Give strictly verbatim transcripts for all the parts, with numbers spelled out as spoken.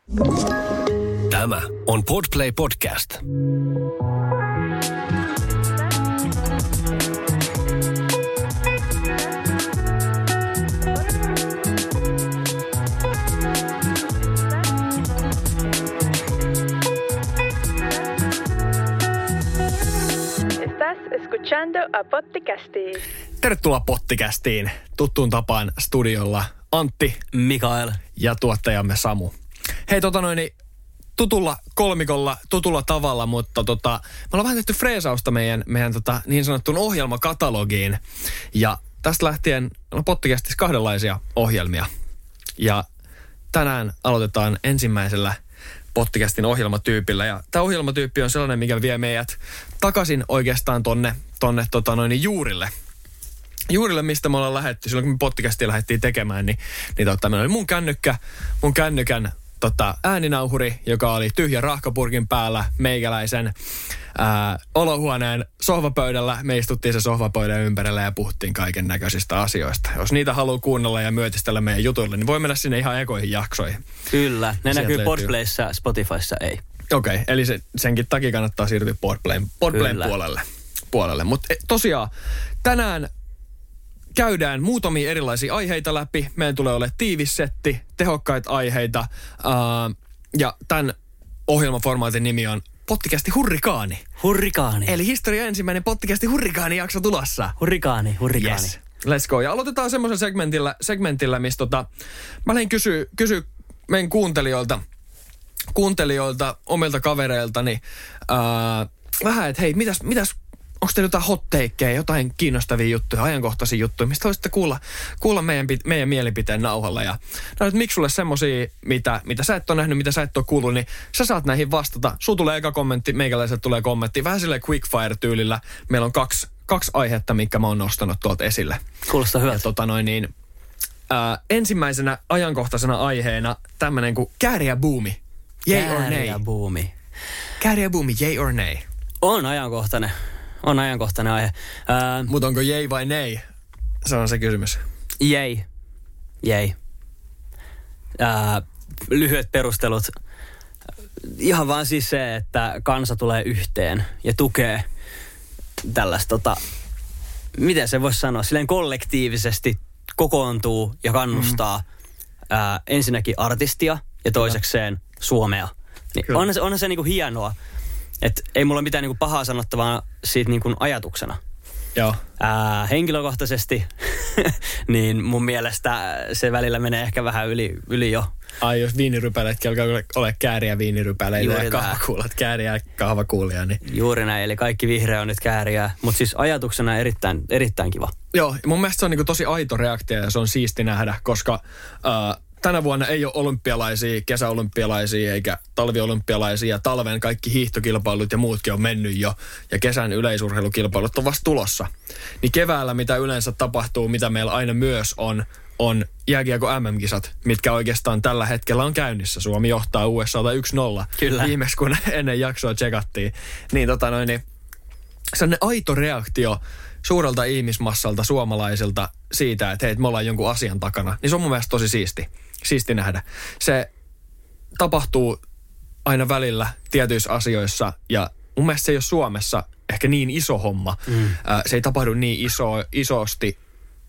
Tämä on Podplay Podcast. Estás escuchando a Potticastiin. Tervetuloa Potticastiin. Tuttuun tapaan studiolla Antti, Mikael ja tuottajamme Samu. Hei, tota noin, tutulla kolmikolla, tutulla tavalla, mutta tota, me ollaan vähän tehty freesausta meidän, meidän tota, niin sanottuun ohjelmakatalogiin. Ja tästä lähtien on Potticastissa kahdenlaisia ohjelmia. Ja tänään aloitetaan ensimmäisellä Potticastin ohjelmatyypillä. Ja tämä ohjelmatyyppi on sellainen, mikä vie meidät takaisin oikeastaan tonne, tonne tota noin, juurille. Juurille, mistä me ollaan lähdetty, silloin kun me Potticastia lähdettiin tekemään, niin, niin tota, meillä oli mun kännykkä, mun kännykän tota, ääninauhuri, joka oli tyhjä rahkapurkin päällä meikäläisen ää, olohuoneen sohvapöydällä. Me istuttiin se sohvapöydän ympärillä ja puhuttiin kaiken näköisistä asioista. Jos niitä haluaa kuunnella ja myötistellä meidän jutuille, niin voi mennä sinne ihan ekoihin jaksoihin. Kyllä, ne Sieltä näkyy löytyy. Podplayssa, Spotifyssa ei. Okei, okay, eli se, senkin takia kannattaa siirtyä Podplayn, Podplayn puolelle. puolelle. Mutta tosiaan tänään käydään muutamia erilaisia aiheita läpi. Meidän tulee olemaan tiivis setti, tehokkaita aiheita. Uh, ja tämän ohjelmaformaatin nimi on Potticasti Hurrikaani. Hurrikaani. Eli historia ensimmäinen Potticasti Hurrikaani-jakso tulossa. Hurrikaani, hurrikaani. Yes. Let's go. Ja aloitetaan semmoisen segmentillä, segmentillä missä tota, mä lähdin kysyä kysy meidän kuuntelijoilta, kuuntelijoilta omilta kavereiltani uh, vähän, että hei, mitäs, mitäs onko teillä jotain hot-takeja, jotain kiinnostavia juttuja, ajankohtaisia juttuja, mistä voisitte kuulla, kuulla meidän, meidän mielipiteen nauhalla. Ja no, miksi sulle semmosia, mitä, mitä sä et ole nähnyt, mitä sä et ole kuullut, niin sä saat näihin vastata. Sulla tulee eka kommentti, meikäläiseltä tulee kommentti. Vähän silleen quickfire-tyylillä. Meillä on kaksi, kaksi aihetta, mitkä mä oon nostanut tuolta esille. Kuulostaa hyvältä. Ja tota noin niin, ää, ensimmäisenä ajankohtaisena aiheena tämmönen kuin kääriä buumi. Yay or nay? Kääriä buumi. Kääriä buumi, yay or nay? On ajankohtainen. On ajankohtainen aihe. Ää, Mutta onko yay vai nay? Se on se kysymys. Jei. Jei. Ää, lyhyet perustelut. Ihan vaan siis se, että kansa tulee yhteen ja tukee tällaista, tota, miten se voisi sanoa, silleen kollektiivisesti kokoontuu ja kannustaa mm. ää, ensinnäkin artistia ja toisekseen Suomea. Niin onhan se, onhan se niinku hienoa. Että ei mulla mitään niinku pahaa sanottavaa siitä niinku ajatuksena. Joo. Ää, henkilökohtaisesti, niin mun mielestä se välillä menee ehkä vähän yli, yli jo. Ai jos viinirypäleetkin alkaa ole kääriä viinirypäleillä ja Juuri kahvakuulat, kääriä kahvakuulia, niin... Juuri näin, eli kaikki vihreä on nyt kääriä, mutta siis ajatuksena erittäin, erittäin kiva. Joo, mun mielestä se on niinku tosi aito reaktio ja se on siisti nähdä, koska äh, tänä vuonna ei ole olympialaisia, kesäolympialaisia eikä talviolympialaisia. Ja talven kaikki hiihtokilpailut ja muutkin on mennyt jo. Ja kesän yleisurheilukilpailut on vasta tulossa. Niin keväällä, mitä yleensä tapahtuu, mitä meillä aina myös on, on jääkiekko M M-kisat, mitkä oikeastaan tällä hetkellä on käynnissä. Suomi johtaa U S A:ta yksi nolla. Kyllä. Viimeksi, kun ennen jaksoa tsekattiin. Niin tota noin, niin sellainen aito reaktio suurelta ihmismassalta, suomalaisilta siitä, että hei, me ollaan jonkun asian takana. Niin se on mun mielestä tosi siisti. Siisti nähdä. Se tapahtuu aina välillä tietyissä asioissa ja mun mielestä se ei ole Suomessa ehkä niin iso homma. Mm. Se ei tapahdu niin iso, isosti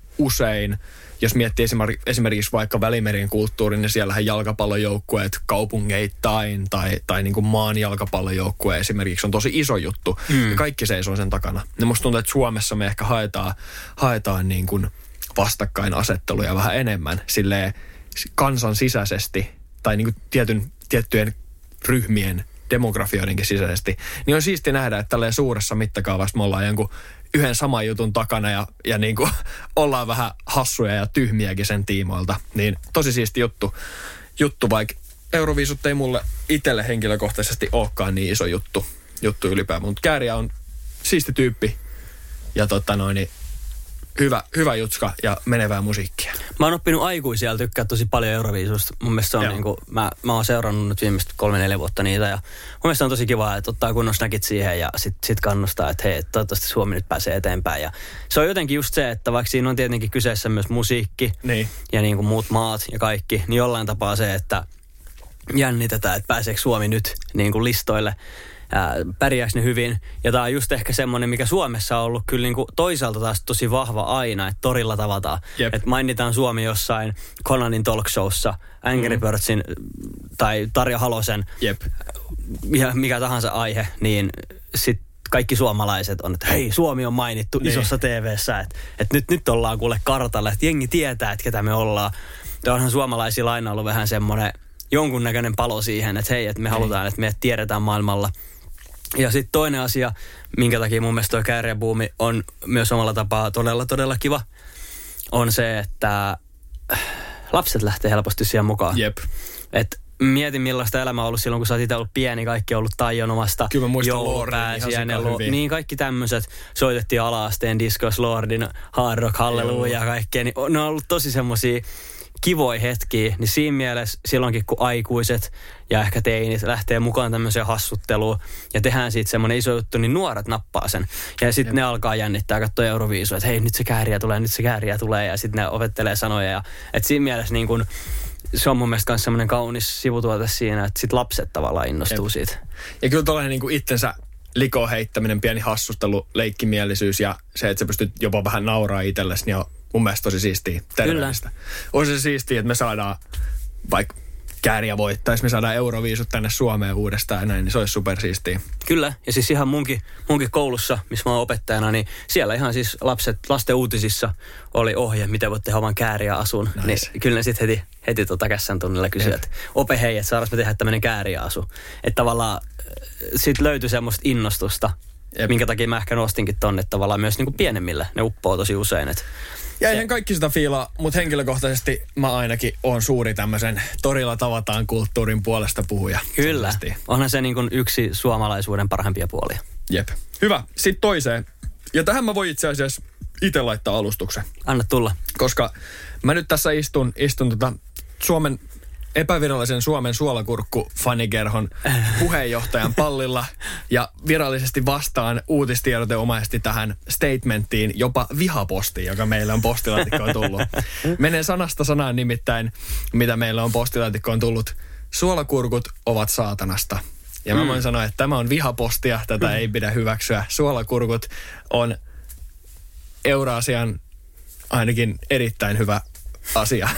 usein. Jos miettii esimerkiksi vaikka Välimeren kulttuurin, niin siellähän jalkapallojoukkueet kaupungeittain tai, tai niin kuin maan jalkapallojoukkue esimerkiksi on tosi iso juttu. Mm. Ja kaikki seisoo sen takana. Ja musta tuntuu, että Suomessa me ehkä haetaan, haetaan niin kuin vastakkainasetteluja vähän enemmän silleen kansan sisäisesti tai niin kuin tietyn, tiettyjen ryhmien demografioidenkin sisäisesti. Niin on siisti nähdä, että tälleen suuressa mittakaavassa me ollaan jonkun yhden saman jutun takana ja, ja niin kuin ollaan vähän hassuja ja tyhmiäkin sen tiimoilta. Niin tosi siisti juttu, juttu vaikka Euroviisut ei mulle itselle henkilökohtaisesti olekaan niin iso juttu, juttu ylipäätään. Mutta Kääriä on siisti tyyppi ja tota noin, niin hyvä, hyvä jutska ja menevää musiikkia. Mä oon oppinut aikuisia tykkää tosi paljon Euroviisusta. Mun mielestä se on niinku, mä, mä oon seurannut nyt viimeiset kolme neljä vuotta niitä ja mun mielestä on tosi kiva, että ottaa kunnon snackit siihen ja sit, sit kannustaa, että hei, toivottavasti Suomi nyt pääsee eteenpäin. Ja se on jotenkin just se, että vaikka siinä on tietenkin kyseessä myös musiikki niin. ja niinku muut maat ja kaikki, niin jollain tapaa se, että jännitetään, että pääseekö Suomi nyt niin kuin listoille. Ää, pärjääkö ne hyvin. Ja tämä on just ehkä semmoinen, mikä Suomessa on ollut kyllä niin kuin toisaalta taas tosi vahva aina, että torilla tavataan. Että mainitaan Suomi jossain Conanin talk showssa, Angry mm. Birdsin tai Tarja Halosen, Jep. ja mikä tahansa aihe, niin sitten kaikki suomalaiset on, että hei, Suomi on mainittu niin. isossa T V:ssä, että, että nyt, nyt ollaan kuule kartalla, että jengi tietää, että ketä me ollaan. Ja onhan suomalaisilla aina ollut vähän semmoinen jonkunnäköinen palo siihen, että hei, että me niin. halutaan, että me tiedetään maailmalla. Ja sitten toinen asia, minkä takia mun mielestä toi kääriäbuumi on myös omalla tapaa todella, todella kiva, on se, että lapset lähtee helposti siihen mukaan. Jep. Et mietin, millaista elämä on ollut silloin, kun sä oot itse ollut pieni, kaikki on ollut taianomasta. Kyllä mä muistan Lordin ihan lo- hyvin. Niin, kaikki tämmöiset. Soitettiin ala-asteen Discos, Lordin, Hard Rock, Halleluja ja kaikkea. Niin ne on ollut tosi semmosia kivoja hetkiä. Niin siinä mielessä silloinkin, kun aikuiset ja ehkä teinit lähtee mukaan tämmöiseen hassutteluun ja tehdään siitä semmoinen iso juttu, niin nuoret nappaa sen. Ja sitten ne alkaa jännittää, katsoa Euroviisua, että hei, nyt se kääriä tulee, nyt se kääriä tulee. Ja sitten ne opettelee sanoja. Ja, että siinä mielessä niin kun, se on mun mielestä myös semmoinen kaunis sivutuote siinä, että sit lapset tavallaan innostuu Jep. siitä. Ja kyllä tuollainen niin kuin itsensä likoon heittäminen, pieni hassustelu, leikkimielisyys ja se, että sä pystyt jopa vähän nauraa itsellesi, niin on mun mielestä tosi siistiä terveellistä. On se siistiä, että me saadaan vaikka kääriä voittaisi, me saadaan Euroviisut tänne Suomeen uudestaan ja näin, niin se olisi supersiistiä. Kyllä, ja siis ihan munkin, munkin koulussa, missä mä oon opettajana, niin siellä ihan siis lapset, lasten uutisissa oli ohje, miten voit tehdä oman kääriä asun. Nice. Niin kyllä ne sitten heti, heti tota kässän tunnilla kysyivät, että ope hei, että saadaan me tehdä tämmöinen kääriä asu. Että tavallaan sit löytyi semmoista innostusta, Jep. minkä takia mä ehkä nostinkin tonne tavallaan myös niinku pienemmille. Ne uppoo tosi usein, että ja eihän kaikki sitä fiilaa, mutta henkilökohtaisesti mä ainakin oon suuri tämmöisen torilla tavataan kulttuurin puolesta puhuja. Kyllä, onhan se niin kuin yksi suomalaisuuden parhaimpia puolia. Jep. Hyvä, sitten toiseen. Ja tähän mä voin itse asiassa itse laittaa alustuksen. Anna tulla. Koska mä nyt tässä istun, istun tota Suomen epävirallisen Suomen suolakurkku-fanikerhon puheenjohtajan pallilla ja virallisesti vastaan uutistiedoteomaisesti tähän statementtiin, jopa vihapostiin, joka meillä on postilaatikkoon tullut. Menee sanasta sanaan nimittäin, mitä meillä on postilaatikkoon tullut. Suolakurkut ovat saatanasta. Ja mä voin mm. sanoa, että tämä on vihapostia, tätä mm. ei pidä hyväksyä. Suolakurkut on Euraasian ainakin erittäin hyvä asia.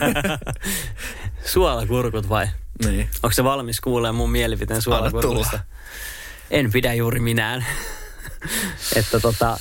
Suolakurkut vai? Niin. Onko se valmis kuulemaan mun mielipiteen suolakurkusta? En pidä juuri minään. Että tota,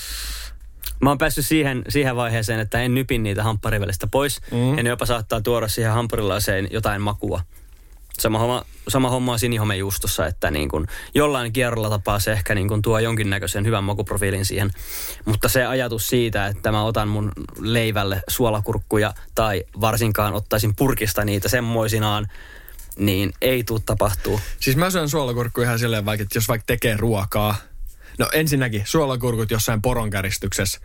mä oon päässyt siihen, siihen vaiheeseen, että en nypin niitä hampparivelistä pois. Mm. Ja ne jopa saattaa tuoda siihen hampparilaiseen jotain makua. Sama homma, sama homma on sinihomejuustossa, että niin kun jollain kierrolla tapaa se ehkä niin kun tuo jonkinnäköisen hyvän makuprofiilin siihen. Mutta se ajatus siitä, että mä otan mun leivälle suolakurkkuja tai varsinkaan ottaisin purkista niitä semmoisinaan, niin ei tule tapahtuu. Siis mä syön suolakurkkuja ihan silleen vaikka, että jos vaikka tekee ruokaa. No ensinnäkin suolakurkut jossain poronkäristyksessä.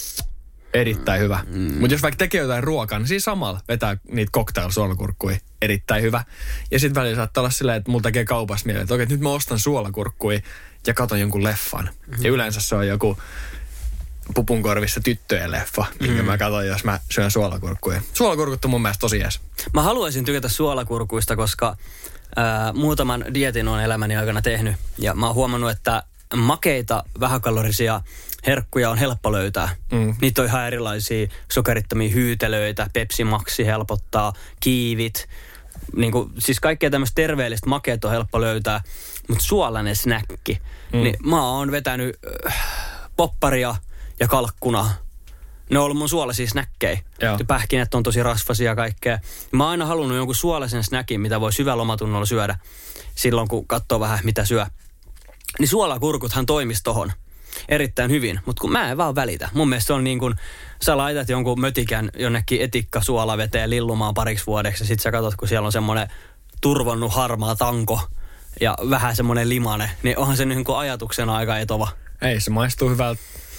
Erittäin hyvä. Mm. Mutta jos vaikka tekee jotain ruokaa, niin siis samalla vetää niitä cocktail-suolakurkkuja. Erittäin hyvä. Ja sitten välillä saattaa olla silleen, että mulla tekee kaupassa mieleen, että okei, nyt mä ostan suolakurkkuja ja katon jonkun leffan. Mm. Ja yleensä se on joku pupunkorvissa tyttöjen leffa, minkä mm. mä katon, jos mä syön suolakurkkuja. Suolakurkut on mun mielestä tosi jees. Mä haluaisin tykätä suolakurkuista, koska ää, muutaman dietin on elämäni aikana tehnyt. Ja mä oon huomannut, että makeita, vähäkalorisia herkkuja on helppo löytää. Mm. Niitä on ihan erilaisia sokerittomia hyytelöitä, Pepsi Maxi helpottaa, kiivit. Niin kuin, siis kaikkea tämmöistä terveellistä makeet on helppo löytää, mutta suolainen snäkki. Mm. Niin mä oon vetänyt äh, popparia ja kalkkuna. Ne on ollut mun suolaisia snäkkejä. Pähkinät on tosi rasvasia ja kaikkea. Mä oon aina halunnut jonkun suolaisen snäkin, mitä voi syvällä omatunnolla syödä silloin, kun katsoo vähän, mitä syö. Niin suolakurkuthan toimisi tohon erittäin hyvin, mutta kun mä en vaan välitä. Mun mielestä se on niin kuin, sä laitat jonkun mötikän jonnekin etikka suolaveteen lillumaan pariksi vuodeksi ja sit sä katsot, kun siellä on semmoinen turvonnut harmaa tanko ja vähän semmoinen limane, niin onhan se niin kuin ajatuksena aika etova. Ei, se maistuu hyvältä.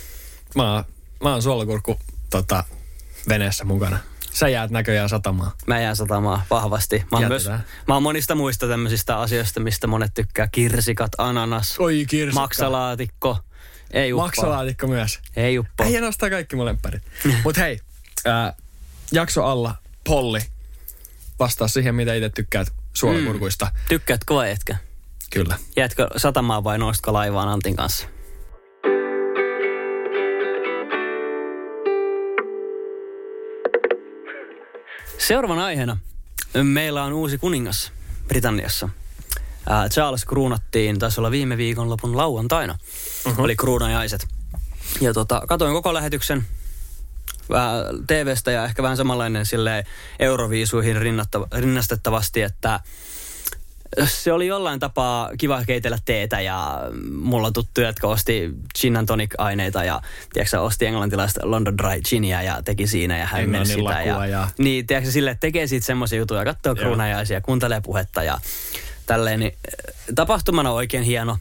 Mä oon, mä oon suolakurkku tota, veneessä mukana. Sä jäät näköjään satamaan. Mä jään satamaan vahvasti. Mä oon, myös, mä oon monista muista tämmöisistä asioista, mistä monet tykkää. Kirsikat, ananas, Oi, kirsikka. Maksalaatikko. Ei uppoa. Maksalaatikko myös. Ei uppoa. Ei nostaa kaikki mun lempparit. Mut hei, ää, jakso alla, Polli. Vastaa siihen, mitä itse tykkäät suolakurkuista. Mm. Tykkäätkö vai etkä? Kyllä. Jäätkö satamaan vai noustko laivaan Antin kanssa? Seuraavana aiheena meillä on uusi kuningas Britanniassa. Ää, Charles kruunattiin, taisi olla viime viikonlopun lauantaina. Uh-huh. Oli kruunajaiset. Ja tota, katoin koko lähetyksen T V:stä ja ehkä vähän samanlainen silleen Euroviisuihin rinnastettavasti, että se oli jollain tapaa kiva keitellä teetä ja mulla on tuttuja, jotka osti gin and tonic aineita ja tiedätkö, osti englantilaista London Dry ginia ja teki siinä ja hämmensi sitä. Ja, ja... Niin, tiedätkö, silleen, tekee siitä semmoisia juttuja, katsoo kruunajaisia, kuuntelee puhetta ja tälleen. Niin, tapahtumana oikein hieno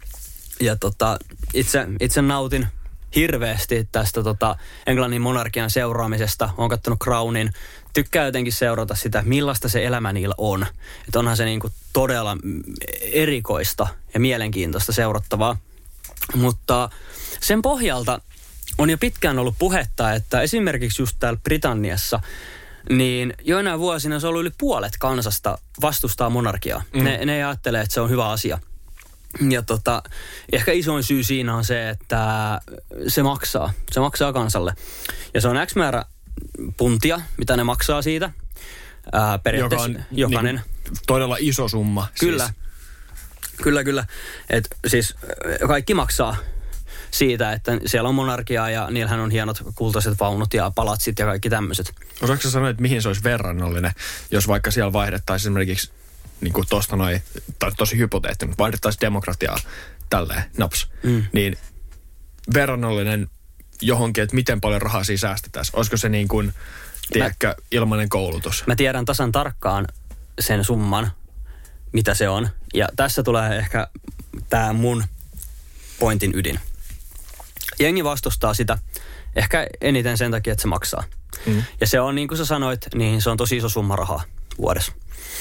ja tota, itse, itse nautin hirveästi tästä tota, Englannin monarkian seuraamisesta. Olen katsonut Crownin. Tykkää jotenkin seurata sitä, millaista se elämä niillä on. Että onhan se niinku todella erikoista ja mielenkiintoista seurattavaa. Mutta sen pohjalta on jo pitkään ollut puhetta, että esimerkiksi just täällä Britanniassa, niin joinain vuosina se on ollut yli puolet kansasta vastustaa monarkiaa. Mm. Ne, ne ajattelee, että se on hyvä asia. Ja tota, ehkä isoin syy siinä on se, että se maksaa. Se maksaa kansalle. Ja se on X määrä puntia, mitä ne maksaa siitä. Ää, periaatteessa joka on jokainen. Niin todella iso summa. Kyllä. Siis. Kyllä, kyllä. Et siis kaikki maksaa siitä, että siellä on monarkiaa ja niillähän on hienot kultaiset vaunut ja palatsit ja kaikki tämmöiset. Osaatko sä sanoa, että mihin se olisi verrannollinen, jos vaikka siellä vaihdettaisiin esimerkiksi niin kuin tosta noin, tai tosi hypoteettinen, mutta vaihdettaisiin demokratiaa tälleen, naps, mm. niin verrannollinen johonkin, että miten paljon rahaa siinä säästetään. Olisiko se niin kuin, tiedätkö, mä, ilmainen koulutus? Mä tiedän tasan tarkkaan sen summan, mitä se on. Ja tässä tulee ehkä tää mun pointin ydin. Jengi vastustaa sitä ehkä eniten sen takia, että se maksaa. Mm. Ja se on, niin kuin sä sanoit, niin se on tosi iso summa rahaa vuodessa.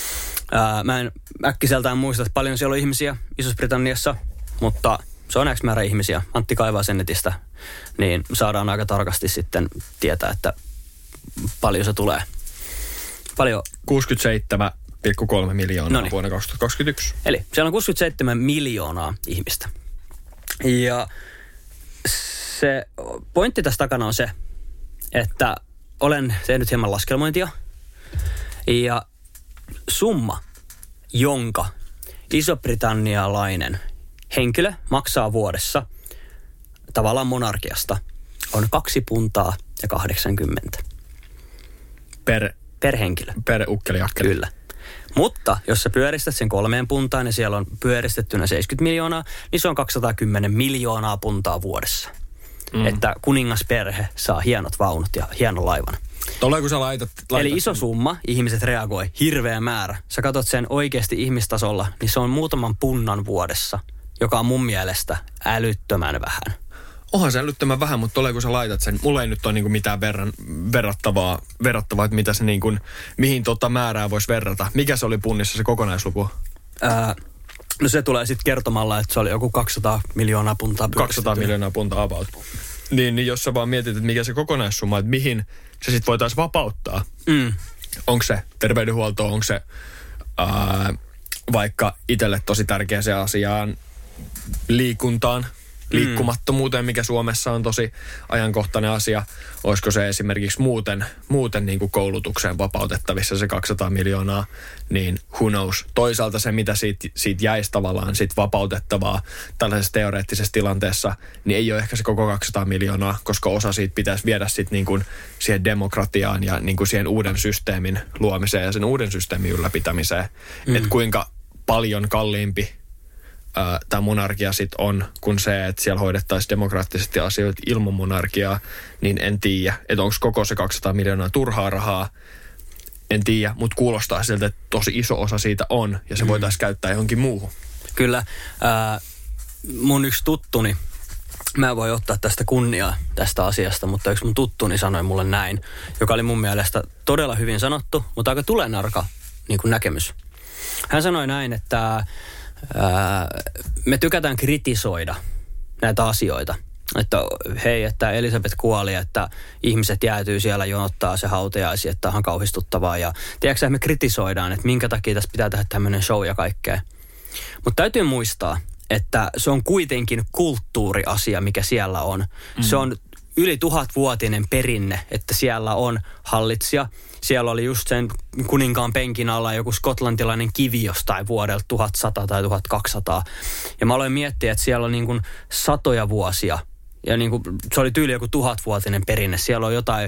Ää, mä en äkkiseltään muista, että paljon siellä on ihmisiä Isossa-Britanniassa, mutta se on X määrä ihmisiä. Antti kaivaa sen netistä, niin saadaan aika tarkasti sitten tietää, että paljon se tulee. Paljon. kuusikymmentäseitsemän pilkku kolme miljoonaa Noniin. Vuonna kaksituhattakaksikymmentäyksi. Eli siellä on kuusikymmentäseitsemän miljoonaa ihmistä. Ja se pointti tässä takana on se, että olen tehnyt hieman laskelmointia ja summa, jonka iso-britannialainen henkilö maksaa vuodessa tavallaan monarkiasta, on kaksi puntaa ja kahdeksankymmentä. Per, per henkilö. Per ukkeliakkeli. Kyllä. Mutta jos sä pyöristät sen kolmeen puntaan ja siellä on pyöristettynä seitsemänkymmentä miljoonaa, niin se on kaksisataakymmenen miljoonaa puntaa vuodessa. Mm. Että kuningasperhe saa hienot vaunut ja hienon laivan. Tuolla kun sä laitat, laitat... Eli iso summa, ihmiset reagoi, hirveä määrä. Sä katsot sen oikeasti ihmistasolla, niin se on muutaman punnan vuodessa, joka on mun mielestä älyttömän vähän. Onhan se älyttömän vähän, mutta tuolla kun sä laitat sen, mulla ei nyt ole niinku mitään verran, verrattavaa, verrattavaa, että mitä se niinku, mihin tota määrää voisi verrata. Mikä se oli punnissa se kokonaisluku? Ää, no se tulee sitten kertomalla, että se oli joku kaksisataa miljoonaa puntaa. kaksisataa miljoonaa puntaa about. Niin, niin jos sä vaan mietit, että mikä se kokonaissumma, että mihin se sitten voitaisiin vapauttaa. Mm. Onko se terveydenhuolto, onko se ää, vaikka itselle tosi tärkeä se asiaan liikuntaan, liikkumattomuuteen, mikä Suomessa on tosi ajankohtainen asia. Olisiko se esimerkiksi muuten, muuten niin kuin koulutukseen vapautettavissa se kaksisataa miljoonaa, niin who knows. Toisaalta se, mitä siitä, siitä jäisi tavallaan sit vapautettavaa tällaisessa teoreettisessa tilanteessa, niin ei ole ehkä se koko kaksisataa miljoonaa, koska osa siitä pitäisi viedä sit niin kuin siihen demokratiaan ja niin kuin siihen uuden systeemin luomiseen ja sen uuden systeemin ylläpitämiseen. Mm. Että kuinka paljon kalliimpi tämä monarkia sitten on, kun se, että siellä hoidettaisiin demokraattisesti asioita ilman monarkiaa, niin en tiedä, että onko koko se kaksisataa miljoonaa turhaa rahaa, en tiedä, mutta kuulostaa siltä, että tosi iso osa siitä on, ja se mm. voitaisiin käyttää johonkin muuhun. Kyllä. Äh, mun yksi tuttuni, mä voin ottaa tästä kunniaa tästä asiasta, mutta yksi mun tuttuni sanoi mulle näin, joka oli mun mielestä todella hyvin sanottu, mutta aika tulenarka niin kuin näkemys. Hän sanoi näin, että Ää, me tykätään kritisoida näitä asioita. että hei, että Elisabeth kuoli, että ihmiset jäätyy siellä jonottaa se hautajaisi, että on kauhistuttavaa. Ja tiedätkö, me kritisoidaan, että minkä takia tässä pitää tehdä tämmöinen show ja kaikkea. Mutta täytyy muistaa, että se on kuitenkin kulttuuriasia, mikä siellä on. Mm. Se on yli tuhatvuotinen perinne, että siellä on hallitsija. Siellä oli just sen kuninkaan penkin alla joku skotlantilainen kivi jostain vuodelta tuhatsata tai tuhatkaksisataa. Ja mä aloin miettiä, että siellä on niin kuin satoja vuosia. Ja niin kuin, se oli tyyli joku tuhatvuotinen perinne. Siellä on jotain,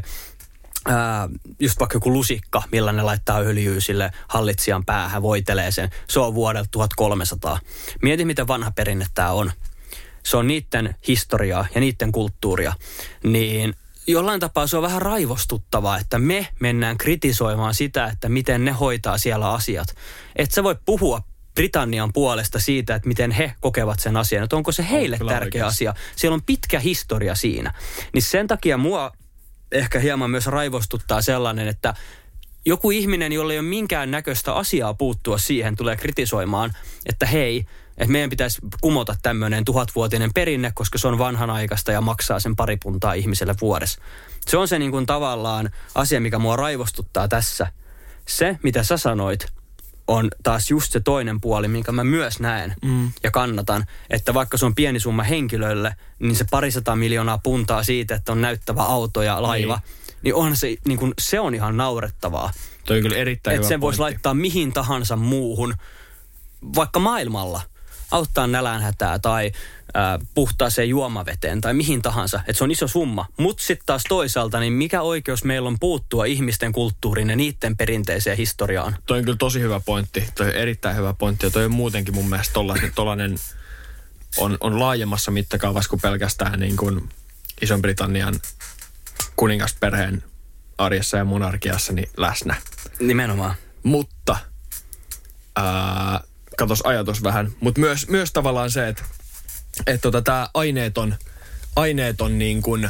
ää, just vaikka joku lusikka, millä ne laittaa öljyä sille hallitsijan päähän, voitelee sen. Se on vuodelta tuhatkolmesataa. Mieti, miten vanha perinne tämä on. Se on niiden historiaa ja niiden kulttuuria. Niin jollain tapaa se on vähän raivostuttavaa, että me mennään kritisoimaan sitä, että miten ne hoitaa siellä asiat. Että sä voi puhua Britannian puolesta siitä, että miten he kokevat sen asian, että onko se heille on tärkeä oikeasti asia. Siellä on pitkä historia siinä. Niin sen takia mua ehkä hieman myös raivostuttaa sellainen, että joku ihminen, jolla ei ole minkään näköistä asiaa puuttua siihen, tulee kritisoimaan, että hei, että meidän pitäisi kumota tämmöinen tuhatvuotinen perinne, koska se on vanhanaikaista ja maksaa sen pari puntaa ihmiselle vuodessa. Se on se niin kuin tavallaan asia, mikä mua raivostuttaa tässä. Se, mitä sä sanoit, on taas just se toinen puoli, minkä mä myös näen mm. ja kannatan, että vaikka se on pieni summa henkilölle, niin se parisataa miljoonaa puntaa siitä, että on näyttävä auto ja laiva, niin, niin on se, niin kuin, se on ihan naurettavaa. Toi on kyllä erittäin että hyvä sen voisi pointti. laittaa mihin tahansa muuhun, vaikka maailmalla, auttaa nälänhätää tai äh, puhtaaseen juomaveteen tai mihin tahansa. Että se on iso summa. Mutta sitten taas toisaalta, niin mikä oikeus meillä on puuttua ihmisten kulttuuriin ja niiden perinteiseen historiaan? Toi on kyllä tosi hyvä pointti. Toi on erittäin hyvä pointti. Ja toi on muutenkin mun mielestä tollainen on, on laajemmassa mittakaavassa kuin pelkästään niin kuin Ison-Britannian kuningasperheen arjessa ja monarkiassa niin läsnä. Nimenomaan. Mutta ää, katos ajatus vähän. Mutta myös, myös tavallaan se, että et tota, tämä aineeton, aineeton niin kuin,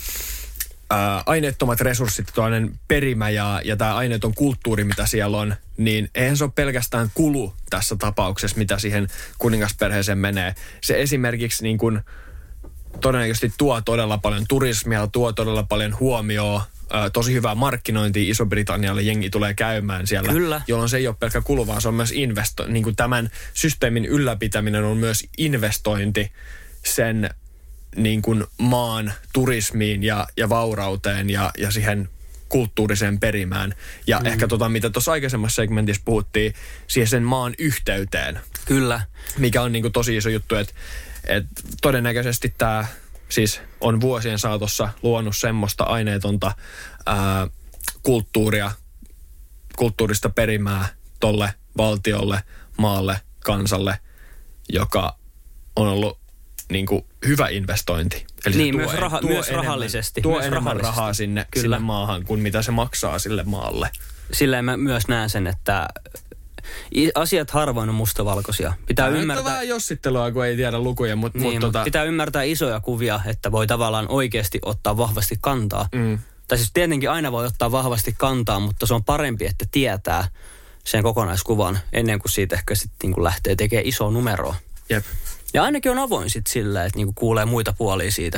ää, aineettomat resurssit, tuollainen perimä ja, ja tämä aineeton kulttuuri, mitä siellä on, niin eihän se ole pelkästään kulu tässä tapauksessa, mitä siihen kuningasperheeseen menee. Se esimerkiksi niin kuin todennäköisesti tuo todella paljon turismia, tuo todella paljon huomioon, ää, tosi hyvää markkinointia Iso-Britannialle, jengi tulee käymään siellä. Kyllä. Jolloin se ei ole pelkkä kulu, vaan se on myös investo. Niin kuin tämän systeemin ylläpitäminen on myös investointi sen niin kuin maan turismiin ja, ja vaurauteen ja, ja siihen kulttuuriseen perimään. Ja mm. ehkä tota, mitä tuossa aikaisemmassa segmentissä puhuttiin, siihen sen maan yhteyteen. Kyllä. Mikä on niin kuin tosi iso juttu, että et todennäköisesti tämä siis on vuosien saatossa luonut semmoista aineetonta ää, kulttuuria, kulttuurista perimää tolle valtiolle, maalle, kansalle, joka on ollut niin kuin hyvä investointi. Eli niin, se myös, tuo, raha, tuo myös enemmän, rahallisesti. Tuo myös enemmän rahallisesti. rahaa sinne, sinne maahan kuin mitä se maksaa sille maalle. Silleen mä myös näen sen, että asiat harvoin on mustavalkoisia. Pitää Tämä ymmärtää. on vähän jossittelua, kun ei tiedä lukuja, mutta Niin, mut, tota, pitää ymmärtää isoja kuvia, että voi tavallaan oikeasti ottaa vahvasti kantaa. Mm. Tai siis tietenkin aina voi ottaa vahvasti kantaa, mutta se on parempi, että tietää sen kokonaiskuvan ennen kuin siitä ehkä sitten niin lähtee tekemään isoa numeroa. Jep. Ja ainakin on avoin sitten sillä, että niin kuulee muita puolia siitä.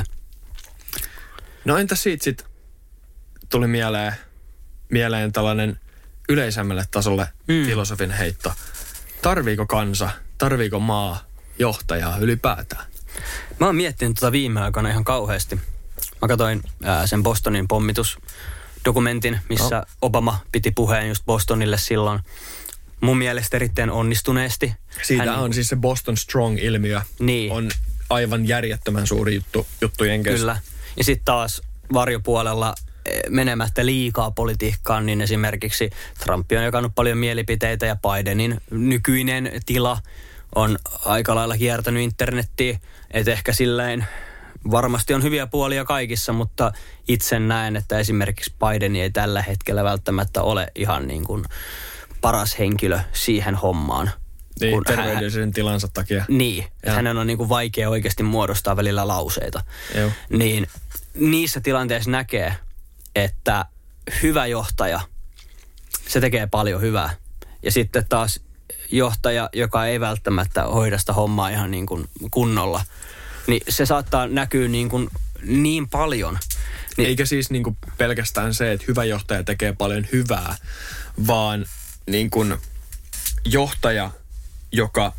No entä siitä sitten tuli mieleen, mieleen tällainen yleisemmälle tasolle mm. filosofin heitto. Tarviiko kansa, tarviiko maa johtajaa ylipäätään? Mä oon miettinyt tota viime aikoina ihan kauheasti. Mä katsoin ää, sen Bostonin pommitusdokumentin, missä no. Obama piti puheen just Bostonille silloin. Mun mielestä erittäin onnistuneesti. Siitä Hän, on siis se Boston Strong-ilmiö. Niin. On aivan järjettömän suuri juttu, juttu Jenkeissä. Kyllä. Ja sitten taas varjopuolella menemättä liikaa politiikkaan, niin esimerkiksi Trump on jakanut paljon mielipiteitä ja Bidenin nykyinen tila on aika lailla kiertänyt internettiin. Että ehkä silleen varmasti on hyviä puolia kaikissa, mutta itse näen, että esimerkiksi Biden ei tällä hetkellä välttämättä ole ihan niin kuin paras henkilö siihen hommaan. Niin, terveydellisen hän, tilansa takia. Niin, että hänen on niin kuin vaikea oikeasti muodostaa välillä lauseita. Joo. Niin niissä tilanteissa näkee, että hyvä johtaja, se tekee paljon hyvää. Ja sitten taas johtaja, joka ei välttämättä hoida sitä hommaa ihan niin kuin kunnolla, niin se saattaa näkyä niin, kuin niin paljon. Niin, eikä siis niin kuin pelkästään se, että hyvä johtaja tekee paljon hyvää, vaan niin kuin johtaja, joka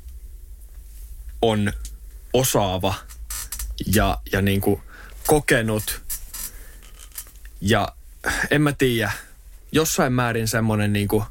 on osaava ja, ja niin kuin kokenut ja en mä tiedä, jossain määrin semmoinen niin kuin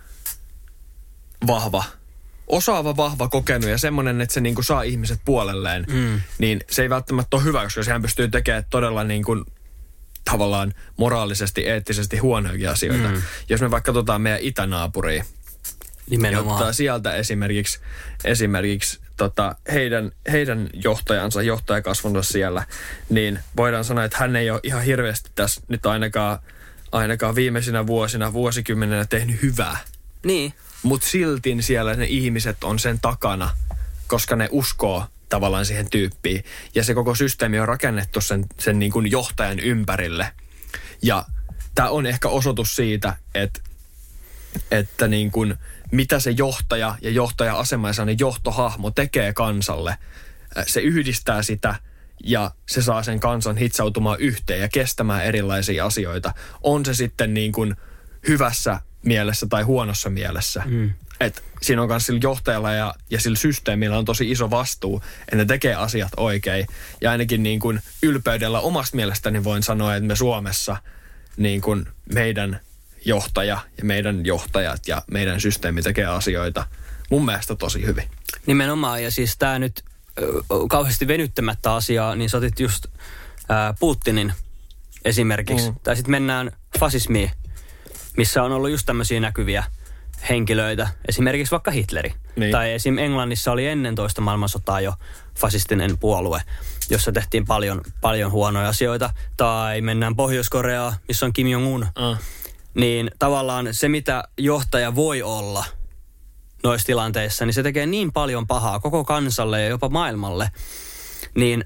vahva, osaava, vahva, kokenut ja semmoinen, että se niin kuin saa ihmiset puolelleen, mm. niin se ei välttämättä ole hyvä, koska sehän pystyy tekemään todella niin kuin tavallaan moraalisesti, eettisesti huonojakin asioita. Mm. Jos me vaikka katsotaan meidän itänaapuria, nimenomaan. Ja sieltä esimerkiksi, esimerkiksi tota, heidän, heidän johtajansa, johtajakasvonsa siellä, niin voidaan sanoa, että hän ei ole ihan hirveästi tässä nyt ainakaan, ainakaan viimeisinä vuosina, vuosikymmenenä tehnyt hyvää. Niin. Mutta silti siellä ne ihmiset on sen takana, koska ne uskoo tavallaan siihen tyyppiin. Ja se koko systeemi on rakennettu sen, sen niin kuin johtajan ympärille. Ja tämä on ehkä osoitus siitä, että, että niin kuin mitä se johtaja ja johtaja-asemaisen johtohahmo tekee kansalle. Se yhdistää sitä ja se saa sen kansan hitsautumaan yhteen ja kestämään erilaisia asioita. On se sitten niin kuin hyvässä mielessä tai huonossa mielessä. Mm. Et siinä on myös sillä johtajalla ja, ja sillä systeemillä on tosi iso vastuu, että ne tekee asiat oikein. Ja ainakin niin kuin ylpeydellä omasta mielestäni voin sanoa, että me Suomessa niin kuin meidän johtaja ja meidän johtajat ja meidän systeemi tekee asioita mun mielestä tosi hyvin. Nimenomaan, ja siis tämä nyt äh, kauheasti venyttämättä asiaa, niin sä otit just äh, Putinin esimerkiksi. Mm. Tai sitten mennään fasismiin, missä on ollut just tämmöisiä näkyviä henkilöitä. Esimerkiksi vaikka Hitleri. Niin. Tai esim. Englannissa oli ennen toista maailmansotaa jo fasistinen puolue, jossa tehtiin paljon, paljon huonoja asioita. Tai mennään Pohjois-Koreaan, missä on Kim Jong-un. Mm. Niin tavallaan se, mitä johtaja voi olla noissa tilanteissa, niin se tekee niin paljon pahaa koko kansalle ja jopa maailmalle. Niin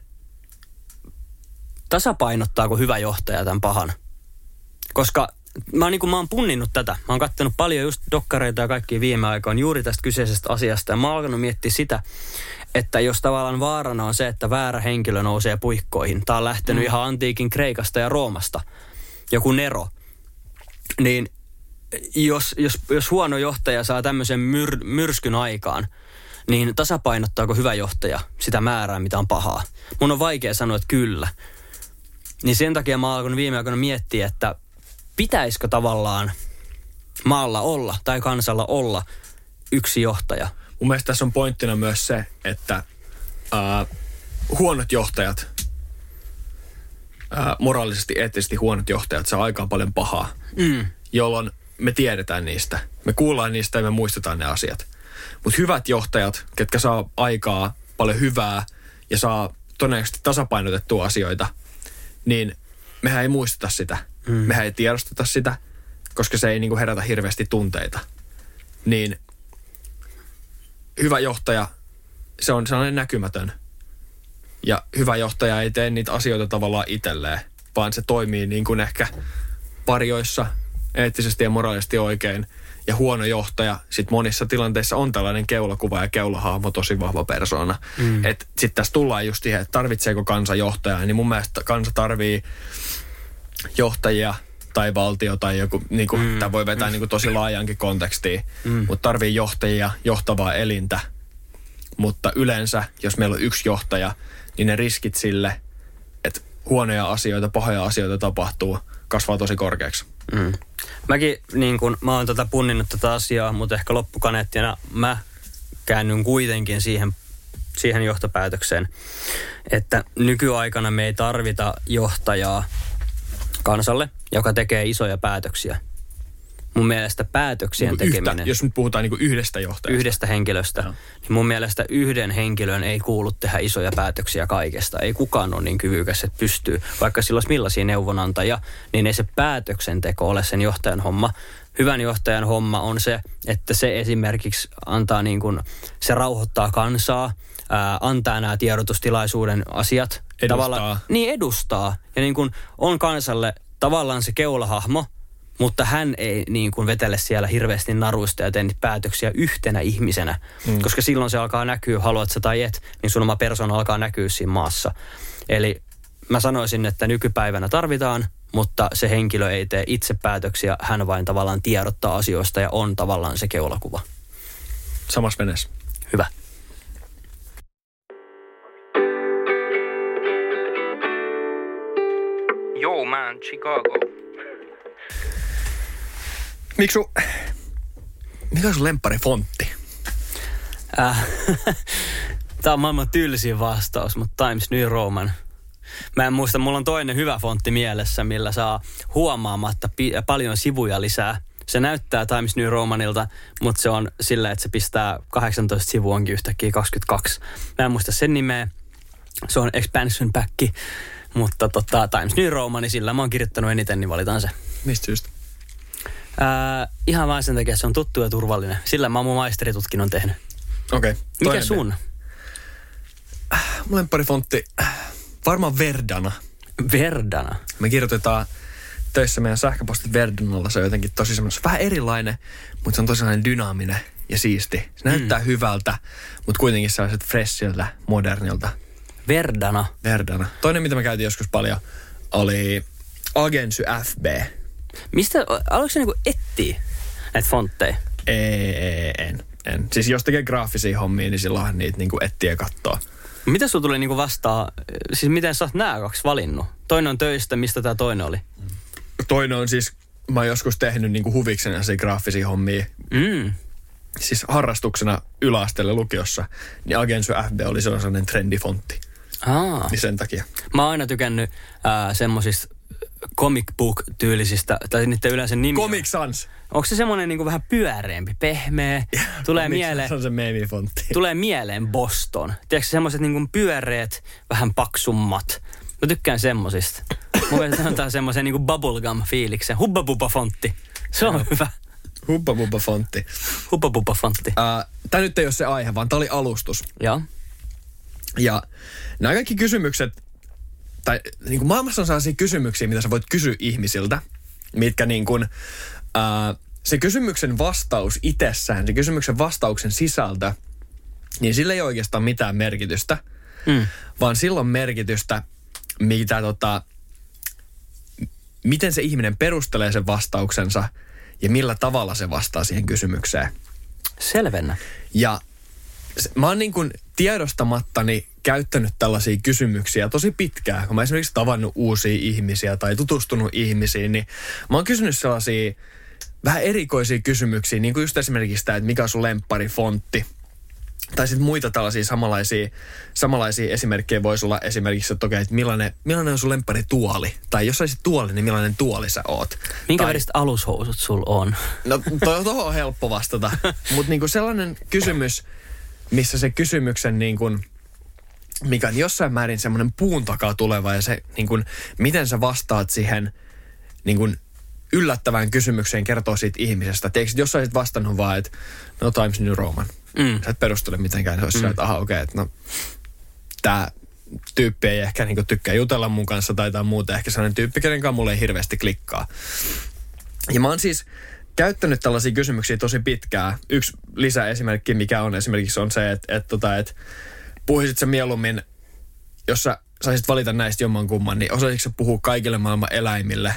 tasapainottaako hyvä johtaja tämän pahan? Koska mä oon, niin kuin, mä oon punninnut tätä. Mä oon kattonut paljon just dokkareita ja kaikkia viime aikoina juuri tästä kyseisestä asiasta. Ja mä oon alkanut miettiä sitä, että jos tavallaan vaarana on se, että väärä henkilö nousee puikkoihin. Tää on lähtenyt mm. ihan antiikin Kreikasta ja Roomasta. Joku Nero. Niin jos, jos, jos huono johtaja saa tämmöisen myr, myrskyn aikaan, niin tasapainottaako hyvä johtaja sitä määrää, mitä on pahaa? Mun on vaikea sanoa, että kyllä. Niin sen takia mä oon alkanut viime aikoina miettiä, että pitäisikö tavallaan maalla olla tai kansalla olla yksi johtaja? Mun mielestä tässä on pointtina myös se, että ää, huonot johtajat, ää, moraalisesti, eettisesti huonot johtajat saa aikaan paljon pahaa, mm. jolloin me tiedetään niistä. Me kuullaan niistä ja me muistetaan ne asiat. Mutta hyvät johtajat, ketkä saa aikaa paljon hyvää ja saa todennäköisesti tasapainotettua asioita, niin mehän ei muisteta sitä. Mm. Mehän ei tiedosteta sitä, koska se ei niinku herätä hirveästi tunteita. Niin hyvä johtaja, se on sellainen näkymätön. Ja hyvä johtaja ei tee niitä asioita tavallaan itselleen, vaan se toimii niin kuin ehkä varjoissa eettisesti ja moraalisesti oikein. Ja huono johtaja sit monissa tilanteissa on tällainen keulakuva ja keulahahmo, tosi vahva persoona. Mm. Että sitten tässä tullaan just siihen, että tarvitseeko kansa johtajaa, niin mun mielestä kansa tarvii johtajia tai valtio tai joku, niin kuin, mm. tämä voi vetää mm. niin kuin tosi laajankin kontekstiin, mm. mutta tarvii johtajia, johtavaa elintä. Mutta yleensä, jos meillä on yksi johtaja, niin ne riskit sille, että huonoja asioita, pahoja asioita tapahtuu, kasvaa tosi korkeaksi. Mm. Mäkin niin kun, mä oon tota punninnut tätä asiaa, mutta ehkä loppukaneettina mä käännyn kuitenkin siihen, siihen johtopäätökseen, että nykyaikana me ei tarvita johtajaa kansalle, joka tekee isoja päätöksiä. Mun mielestä päätöksien niin tekeminen... Yhtä, jos nyt puhutaan niin kuin yhdestä johtajasta. Yhdestä henkilöstä. No. Niin mun mielestä yhden henkilön ei kuulu tehdä isoja päätöksiä kaikesta. Ei kukaan ole niin kyvykäs, että pystyy. Vaikka sillä olisi millaisia neuvonantajia, niin ei se päätöksenteko ole sen johtajan homma. Hyvän johtajan homma on se, että se esimerkiksi antaa niin kuin, se rauhoittaa kansaa, ää, antaa nämä tiedotustilaisuuden asiat. Edustaa. Niin edustaa. Ja niin kuin on kansalle tavallaan se keulahahmo, mutta hän ei niin kuin vetele siellä hirveästi naruista ja tee niitä päätöksiä yhtenä ihmisenä. Mm. Koska silloin se alkaa näkyä, haluat sä tai et, niin sun oma persona alkaa näkyä siinä maassa. Eli mä sanoisin, että nykypäivänä tarvitaan, mutta se henkilö ei tee itse päätöksiä, hän vain tavallaan tiedottaa asioista ja on tavallaan se keulakuva. Samassa veneessä. Hyvä. Yo man, Chicago. Miksu, mikä on sun lempparifontti? Äh, Tämä on maailman tylsin vastaus, mutta Times New Roman. Mä en muista, mulla on toinen hyvä fontti mielessä, millä saa huomaamatta pi- paljon sivuja lisää. Se näyttää Times New Romanilta, mutta se on sillä, että se pistää kahdeksantoista sivua onkin yhtäkkiä kaksikymmentäkaksi. Mä en muista sen nimeä. Se on expansion pack, mutta tota, Times New Roman, niin sillä mä oon kirjoittanut eniten, niin valitaan se. Mistä syystä? Ää, ihan vain sen takia, että se on tuttu ja turvallinen. Sillä mä oon mun maisteritutkinnon tehnyt. Okei. Okay, mikä sun? Äh, mun lempparifontti, äh, varmaan Verdana. Verdana? Me kirjoitetaan töissä meidän sähköpostit Verdanalla. Se on jotenkin tosi semmoinen, vähän erilainen, mutta se on tosi sellainen dynaaminen ja siisti. Se näyttää mm. hyvältä, mutta kuitenkin sellaiset freshiltä, modernilta. Verdana? Verdana. Toinen, mitä mä käytin joskus paljon, oli Agensy F B. Mistä, aloitko se niinku etsiä näitä fontteja? Ei, en, en. Siis jos tekee graafisia hommia, niin silloinhan niitä niinku etsii ja kattoo. Mitä sulla tuli niinku vastaan, siis miten sä oot nää kaksi valinnut? Toinen on töistä, mistä tää toinen oli? Toinen on siis, mä oon joskus tehnyt niinku huviksena se graafisia hommia. Mm. Siis harrastuksena yläasteella lukiossa, niin Agensy F B oli sellainen trendifontti. Aa. Niin sen takia. Mä oon aina tykännyt äh, semmosista comic book-tyylisistä, tai niiden yleensä nimi Comic Sans. Onko se semmoinen niinku vähän pyöreämpi, pehmeä? Tulee mieleen, se on se meemifontti. Tulee mieleen Boston. Tiedätkö semmoiset niinku pyöreät, vähän paksummat. Mä tykkään semmosista. Mun mielestä se antaa semmoisen niinku bubblegum-fiiliksen. Hubba Bubba fontti. Se on no. hyvä. Hubba Bubba fontti. Hubba Bubba fontti. Uh, tää nyt ei ole se aihe, vaan tää oli alustus. Joo. Ja nämä kaikki kysymykset, tai niin kuin maailmassa on sellaisia kysymyksiä, mitä sä voit kysyä ihmisiltä, mitkä niin kuin, uh, se kysymyksen vastaus itsessään, se kysymyksen vastauksen sisältö, niin sillä ei oikeastaan mitään merkitystä, mm. vaan sillä on merkitystä, mitä tota, miten se ihminen perustelee sen vastauksensa ja millä tavalla se vastaa siihen kysymykseen. Selvennä. Ja se, mä oon niin kuin tiedostamattani käyttänyt tällaisia kysymyksiä tosi pitkään. Kun mä esimerkiksi tavannut uusia ihmisiä tai tutustunut ihmisiin, niin mä oon kysynyt sellaisia vähän erikoisia kysymyksiä, niin kuin just esimerkiksi tämä, että mikä on sun lempparifontti. Tai sitten muita tällaisia samanlaisia, samanlaisia esimerkkejä voisi olla esimerkiksi, että okei, että millainen, millainen on sun lempparituoli? Tai jos olisit tuoli, niin millainen tuoli sä oot? Minkä tai, väriset alushousut sul on? No tuohon on helppo vastata. Mutta niinku sellainen kysymys, missä se kysymyksen niin kuin, mikä on jossain määrin semmoinen puun takaa tuleva ja se niin kuin, miten sä vastaat siihen niin kuin yllättävään kysymykseen kertoo siitä ihmisestä. Teekö, jos sä olisit vastannut vaan, että no Times New Roman. Mm. Sä et perustele mitenkään. Se olisi mm. että aha okei, okay, että no tää tyyppi ei ehkä niin kuin tykkää jutella mun kanssa tai jotain muuta. Ehkä sellainen tyyppi, kenen kanssa mulle ei hirveästi klikkaa. Ja mä oon siis käyttänyt tällaisia kysymyksiä tosi pitkään. Yksi lisäesimerkki, mikä on esimerkiksi on se, että, että, että, että puhuisit sä mieluummin, jos sä saisit valita näistä jommankumman, niin osaisitko sä puhua kaikille maailman eläimille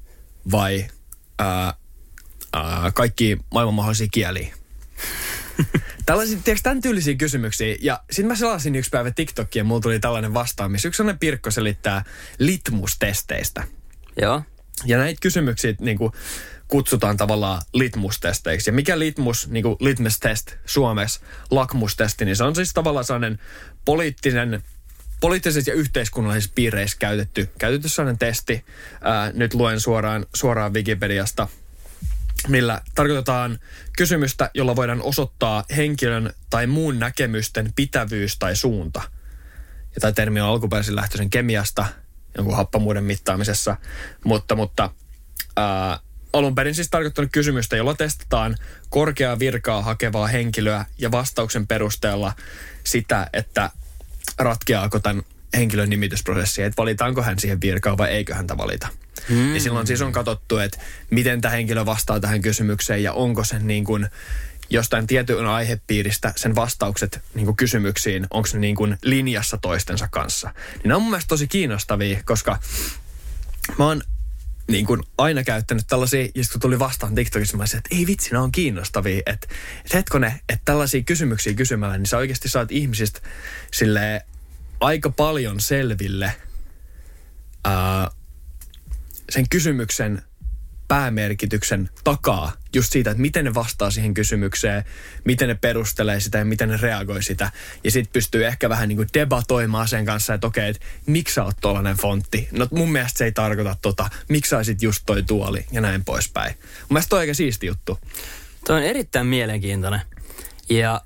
vai ää, ää, kaikki maailman mahdollisia kieliä? Tällaisia, tiedätkö, tämän tyylisiä kysymyksiä. Ja sitten mä selasin yksi päivä TikTokia ja mulla tuli tällainen vastaaminen. Yksi sellainen Pirkko selittää litmustesteistä. Joo. Ja näitä kysymyksiä niin kuin kutsutaan tavallaan litmustesteiksi. Ja mikä litmus, niin kuin litmus test suomeksi, lakmustesti, niin se on siis tavallaan sellainen poliittinen, poliittisissa ja yhteiskunnallisissa piireissä käytetty, käytetty sellainen testi. Ää, nyt luen suoraan, suoraan Wikipediasta, millä tarkoitetaan kysymystä, jolla voidaan osoittaa henkilön tai muun näkemysten pitävyys tai suunta. Ja tämä termi on alkuperäisin lähtöisen kemiasta, jonkun happamuuden mittaamisessa, mutta, mutta ää, alun perin siis tarkoittanut kysymystä, jolla testataan korkeaa virkaa hakevaa henkilöä ja vastauksen perusteella sitä, että ratkeaako tämän henkilön nimitysprosessi, että valitaanko hän siihen virkaan vai eikö häntä valita. Mm. Ja silloin siis on katsottu, että miten tämä henkilö vastaa tähän kysymykseen ja onko sen niin kuin jostain tietyn aihepiiristä sen vastaukset niin kuin kysymyksiin, onko ne niin kuin linjassa toistensa kanssa. Niin ne on mun mielestä tosi kiinnostavia, koska mä oon niin kuin aina käyttänyt tällaisia, ja kun tuli vastaan TikTokissa, mä olisin, että ei vitsi, ne on kiinnostavia. Että et hetkone, että tällaisia kysymyksiä kysymällä, niin sä oikeasti saat ihmisistä silleen aika paljon selville ää, sen kysymyksen päämerkityksen takaa just siitä, että miten ne vastaa siihen kysymykseen, miten ne perustelee sitä ja miten ne reagoi sitä. Ja sitten pystyy ehkä vähän niin kuin debatoimaan sen kanssa, että okei, että miksi sä oot tollainen fontti? No mun mielestä se ei tarkoita tota, miksi sä olisit just toi tuoli ja näin poispäin. Mun mielestä toi on aika siisti juttu. Toi on erittäin mielenkiintoinen. Ja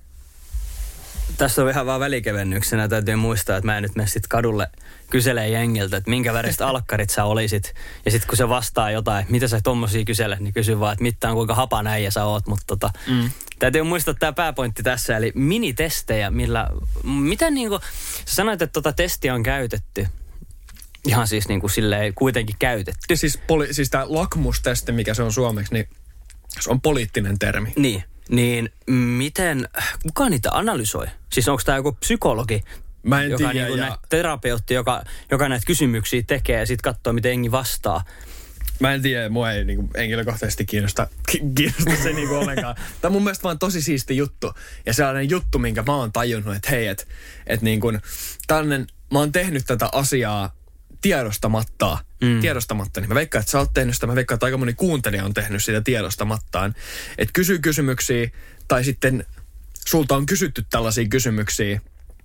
tässä on ihan vaan välikevennyksenä. Täytyy muistaa, että mä en nyt mene sit kadulle kyselee jengiltä, että minkä väristä alkkarit sä olisit. Ja sitten kun se vastaa jotain, mitä sä tommosia kyselet, niin kysy vaan, että mitään kuinka hapanäijä sä oot. Mutta tota, mm. täytyy muistaa tämä pääpointti tässä, eli minitestejä, millä, miten niinku, sä sanoit, että tota testiä on käytetty. Ihan siis niinku silleen kuitenkin käytetty. Siis, poli, siis tämä lakmustesti, mikä se on suomeksi, niin se on poliittinen termi. Niin, niin miten, kuka niitä analysoi? Siis onko tämä joku psykologi? Mä en joka tiedä. Niin Ja... terapeutti, joka, joka näitä kysymyksiä tekee ja sitten katsoo, miten jengi vastaa. Mä en tiedä, mua ei niin kuin, henkilökohtaisesti kiinnosta, kiinnosta se niin kuin ollenkaan. Tämä on mun mielestä vaan tosi siisti juttu. Ja sellainen juttu, minkä mä oon tajunnut, että hei, että et niin kuin, tällainen, mä oon tehnyt tätä asiaa tiedostamatta. Mm. Tiedostamatta. Niin mä veikkaan, että sä oot tehnyt sitä. Mä veikkaan, että aika moni kuuntelija on tehnyt sitä tiedostamattaan. Että kysyy kysymyksiä tai sitten sulta on kysytty tällaisia kysymyksiä.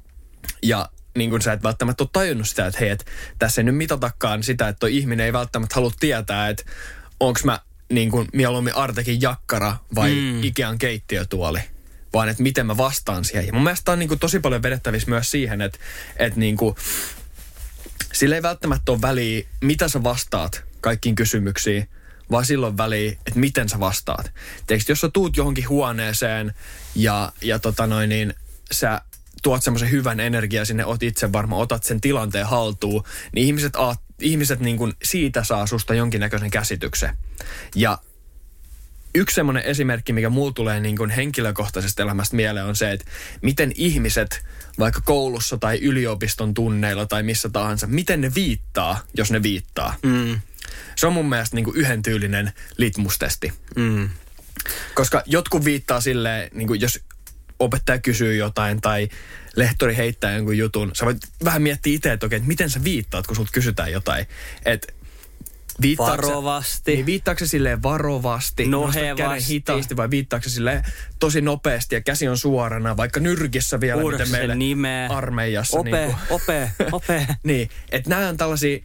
Ja niin kuin sä et välttämättä ole tajunnut sitä, että hei, että tässä ei nyt mitatakaan sitä, että toi ihminen ei välttämättä halua tietää, että onko mä niin kuin mieluummin Artekin jakkara vai mm. Ikean keittiötuoli, vaan että miten mä vastaan siihen. Ja mun mielestä on niin kuin tosi paljon vedettävissä myös siihen, että, että niin kuin, sillä ei välttämättä ole väliä, mitä sä vastaat kaikkiin kysymyksiin, vaan silloin väliä, että miten sä vastaat. Teekö, jos sä tuut johonkin huoneeseen ja, ja tota noin, niin sä tuot semmoisen hyvän energiaa sinne, oot itse varma, otat sen tilanteen haltuun, niin ihmiset, aat, ihmiset niin kuin siitä saa susta jonkinnäköisen käsityksen. Ja yksi semmoinen esimerkki, mikä mulla tulee niin kuin henkilökohtaisesta elämästä mieleen, on se, että miten ihmiset vaikka koulussa tai yliopiston tunneilla tai missä tahansa, miten ne viittaa, jos ne viittaa. Mm. Se on mun mielestä niin kuin yhden tyylinen litmustesti. Mm. Koska jotkut viittaa silleen, niin kuin jos opettaja kysyy jotain tai lehtori heittää jonkun jutun, sä voit vähän miettiä itse, että okei, että miten sä viittaat, kun sulta kysytään jotain. Että varovasti. Niin viittaako se silleen varovasti, käden hitaasti vai viittaako se silleen tosi nopeasti ja käsi on suorana, vaikka nyrkissä vielä, Urse miten meillä nimeä. Armeijassa. Ope, niin kuin, ope, ope. Niin, että nämä on tällaisia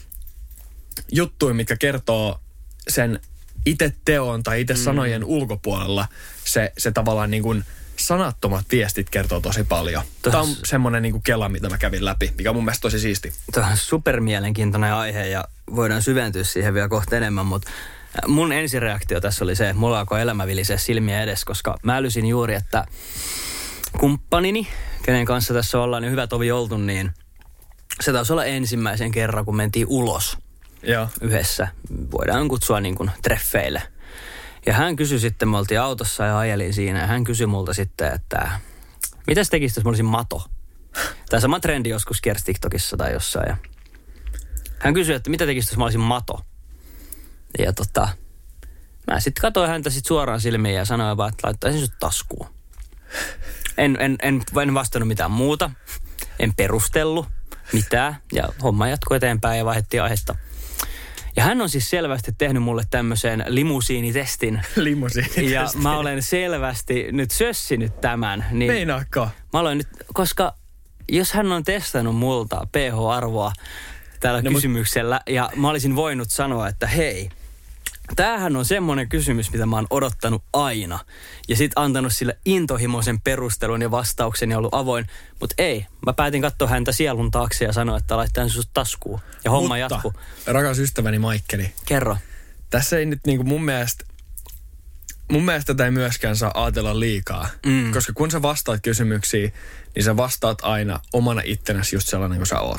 juttuja, mitkä kertoo sen itse teon tai itse mm. sanojen ulkopuolella se, se tavallaan niin kuin sanattomat viestit kertoo tosi paljon. Tuo Tämä on semmoinen niin kuin kela, mitä mä kävin läpi, mikä on mun mielestä tosi siisti. Tämä on supermielenkiintoinen aihe ja voidaan syventyä siihen vielä kohta enemmän, mutta mun ensireaktio tässä oli se, että mulla alkoi elämä vilisee silmiä edes, koska mä älysin juuri, että kumppanini, kenen kanssa tässä ollaan niin hyvä tovi oltu, niin se taisi olla ensimmäisen kerran, kun mentiin ulos Joo. yhdessä. Voidaan kutsua niin kuin treffeille. Ja hän kysyi sitten, me oltiin autossa ja ajelin siinä, ja hän kysyi multa sitten, että mitäs tekisit, jos mä olisin mato? Tämä sama trendi joskus kiersi TikTokissa tai jossain. Ja hän kysyi, että mitä tekisit, jos mä olisin mato? Ja tota, mä sitten katsoin häntä sit suoraan silmiin ja sanoin vaan, että laittaisin sut taskuun. En, en, en, en vastannut mitään muuta, en perustellut mitään, ja homma jatkoi eteenpäin ja vaihdettiin aihetta. Ja hän on siis selvästi tehnyt mulle tämmöisen limusiinitestin. Limusiinitestin. Ja mä olen selvästi nyt sössinyt tämän. Niin meinaatko? Mä aloin nyt, koska jos hän on testannut multa pH-arvoa tällä no, kysymyksellä, mut... ja mä olisin voinut sanoa, että hei, tämähän on semmoinen kysymys, mitä mä oon odottanut aina. Ja sit antanut sille intohimoisen perustelun ja vastauksen ja ollut avoin. Mutta ei, mä päätin katsoa häntä sielun taakse ja sanoa, että laittaen sut taskuun. Ja homma Mutta, jatkuu. rakas ystäväni Maikkeli. Kerro. Tässä ei nyt niinku mun mielestä, mun mielestä tätä ei myöskään saa ajatella liikaa. Mm. Koska kun sä vastaat kysymyksiin, niin sä vastaat aina omana ittenäsi just sellainen kuin sä oot.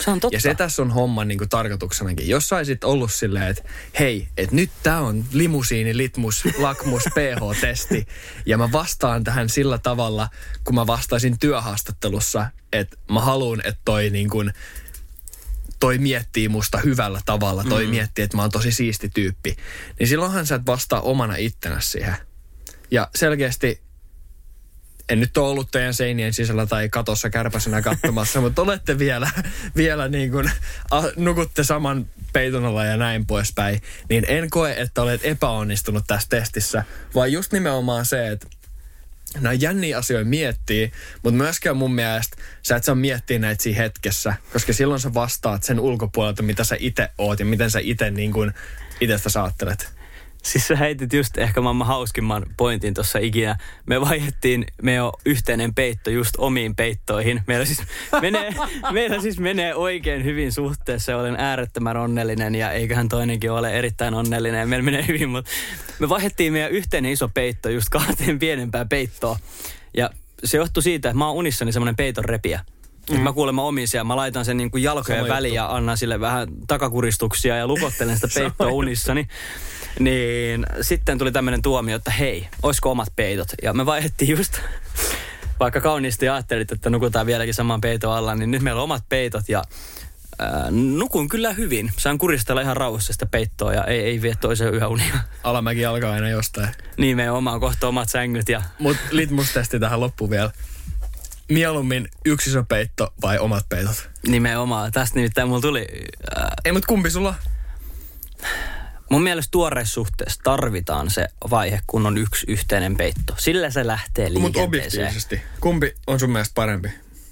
Se on totta. Ja se tässä on homman niin kuin tarkoituksenakin. Jos saisit ollut silleen, että hei, että nyt tää on limusiini, litmus, lakmus, pH-testi. Ja mä vastaan tähän sillä tavalla, kun mä vastaisin työhaastattelussa, että mä haluan, että toi niin kuin, toi miettii musta hyvällä tavalla. Toi mm. miettii, että mä oon tosi siisti tyyppi. Niin silloinhan sä et vastaa omana ittenäsi siihen. Ja selkeästi, en nyt ole ollut teidän seinien sisällä tai katossa kärpäsenä katsomassa, mutta olette vielä, vielä niin kuin, a, nukutte saman peiton alla ja näin poispäin. Niin en koe, että olet epäonnistunut tässä testissä, vaan just nimenomaan se, että nämä jänniä asioita miettii, mutta myöskään mun mielestä sä et saa miettiä näitä siinä hetkessä, koska silloin sä vastaat sen ulkopuolelta, mitä sä itse oot ja miten sä itse niin kuin itsestä saattelet. Siis sä heitit just ehkä maailman hauskimman pointin tuossa ikinä. Me vaihdettiin meidän yhteinen peitto just omiin peittoihin. Meillä siis menee, meillä siis menee oikein hyvin suhteessa. Olen äärettömän onnellinen ja eiköhän toinenkin ole erittäin onnellinen. Ja meillä menee hyvin, mutta me vaihdettiin meidän yhteinen iso peitto just kahteen pienempään peittoon. Ja se johtui siitä, että mä oon unissani semmoinen peiton repiä. Mm. Mä kuulemma omin siellä, mä laitan sen niin kuin jalkojen väliin ja annan sille vähän takakuristuksia ja lukottelen sitä peittoa unissani. Niin sitten tuli tämmöinen tuomio, että hei, olisiko omat peitot? Ja me vaihdettiin just, vaikka kauniisti ajattelit, että nukutaan vieläkin saman peiton alla, niin nyt meillä on omat peitot ja ää, nukun kyllä hyvin. Saan kuristella ihan rauhassa sitä peittoa ja ei, ei vie toisen yöunia. Alamäki alkaa aina jostain. Niin, meidän oma kohta omat sängyt ja... Mut litmustesti tähän loppuun vielä. Mieluummin yksi iso peitto vai omat peitot? Nimenomaan. Tästä nimittäin mulla tuli... Ää... Ei, mut kumpi sulla? Mun mielestä tuoreessa suhteessa tarvitaan se vaihe, kun on yksi yhteinen peitto. Sillä se lähtee liikenteeseen. Mutta objektiivisesti, kumpi on sun mielestä parempi?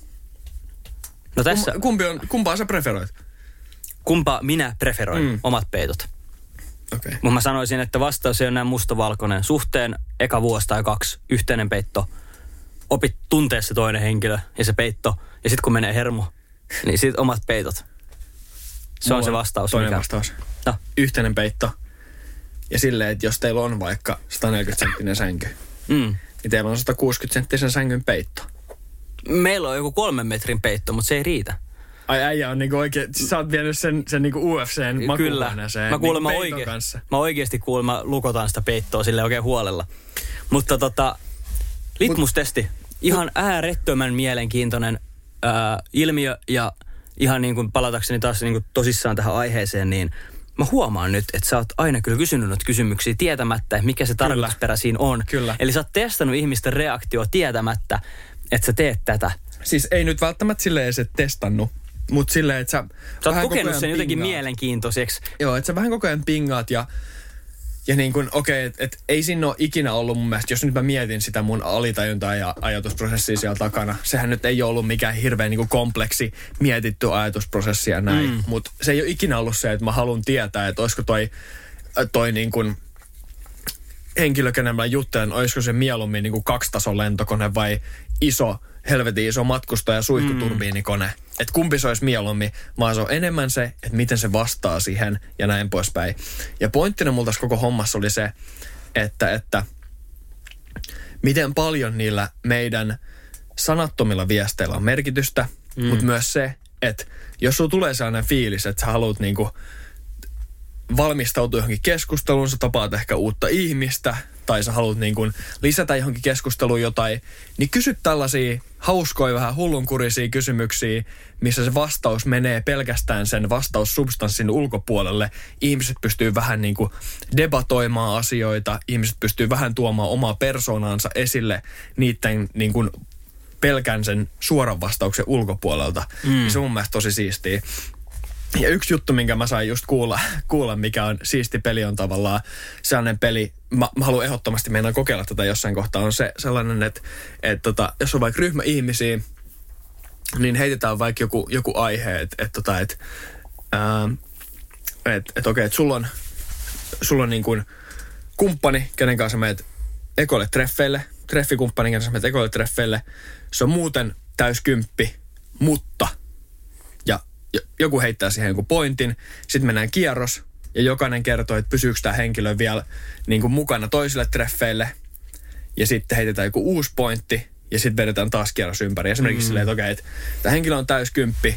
No tässä... Kum, kumpi on, kumpaa sä preferoit? Kumpaa minä preferoin? Mm. Omat peitot. Okay. Mutta mä sanoisin, että vastaus ei ole näin mustavalkoinen. Suhteen eka vuosi tai kaksi, yhteinen peitto. Opit tuntea se toinen henkilö ja se peitto. Ja sitten kun menee hermo, niin sit omat peitot. Se Mulla on se vastaus. Toinen mikä... vastaus. No. Yhteinen peitto. Ja silleen, että jos teillä on vaikka sata neljäkymmentä senttinen sänky, mm. niin teillä on sata kuusikymmentä senttisen sängyn peitto. Meillä on joku kolmen metrin peitto, mutta se ei riitä. Ai äijä on niinku oikein, sä oot vienyt sen, sen niinku U F C:n makuuhuoneeseen niinku mä peiton oike- kanssa. Mä oikeesti kuulemma lukotan sitä peittoa sille oikein huolella. Mutta tota, litmustesti. Ihan Mut, äärettömän mielenkiintoinen ää, ilmiö ja ihan niin kuin palatakseni taas niin kuin tosissaan tähän aiheeseen, niin mä huomaan nyt, että sä oot aina kyllä kysynyt noita kysymyksiä tietämättä, mikä se tarkoitusperä siinä on. Kyllä. Eli sä oot testannut ihmisten reaktio tietämättä, että sä teet tätä. Siis ei nyt välttämättä silleen se testannut, mutta silleen, että sä... Sä oot kokenut sen jotenkin pingaat. Mielenkiintoiseksi. Joo, että sä vähän koko ajan pingaat ja... Ja niin kuin, okei, okay, että et ei siinä ole ikinä ollut mun mielestä, jos nyt mä mietin sitä mun alitajuntaa ja ajatusprosessia siellä takana, sehän nyt ei ole ollut mikään hirveän niin kuin kompleksi mietitty ajatusprosessi ja näin, mm. mutta se ei ole ikinä ollut se, että mä haluan tietää, että olisiko toi, toi niin kuin henkilö, kenen mä juttelen, olisiko se mieluummin niin kuin kaksitason lentokone vai iso, helvetin iso matkustaja- ja suihkuturbiinikone. Mm. Että kumpi se olisi mieluummin, vaan se on enemmän se, että miten se vastaa siihen ja näin poispäin. Ja pointtina multa koko hommassa oli se, että, että miten paljon niillä meidän sanattomilla viesteillä on merkitystä, mm. mutta myös se, että jos sulla tulee sellainen fiilis, että sä haluat niinku valmistautua johonkin keskusteluun, sä tapaat ehkä uutta ihmistä, tai sä haluat niin kuin lisätä johonkin keskusteluun jotain, niin kysy tällaisia hauskoja, vähän hullunkurisia kysymyksiä, missä se vastaus menee pelkästään sen vastaussubstanssin ulkopuolelle. Ihmiset pystyy vähän niin kuin debatoimaan asioita, ihmiset pystyy vähän tuomaan omaa persoonaansa esille niiden niin kuin pelkän sen suoran vastauksen ulkopuolelta. Mm. Se on mun mielestä tosi siistiä. Ja yksi juttu, minkä mä sain just kuulla, kuulla, mikä on siisti peli, on tavallaan sellainen peli, mä, mä haluan ehdottomasti mennä kokeilla tätä jossain kohtaa, on se sellainen, että et tota, jos on vaikka ryhmä ihmisiä, niin heitetään vaikka joku, joku aihe, että et, tota, et, et, et okei, että sulla on, sulla on niin kuin kumppani, kenen kanssa menet ekoille treffeille, treffikumppani, kenen kanssa menet ekoille treffeille, se on muuten täyskymppi, mutta... Joku heittää siihen jonkun pointin, sitten mennään kierros ja jokainen kertoo, että pysyykö tämä henkilö vielä niin kuin mukana toisille treffeille. Ja sitten heitetään joku uusi pointti ja sitten vedetään taas kierros ympäri. Esimerkiksi mm. silleen, että okei, että tämä henkilö on täyskymppi,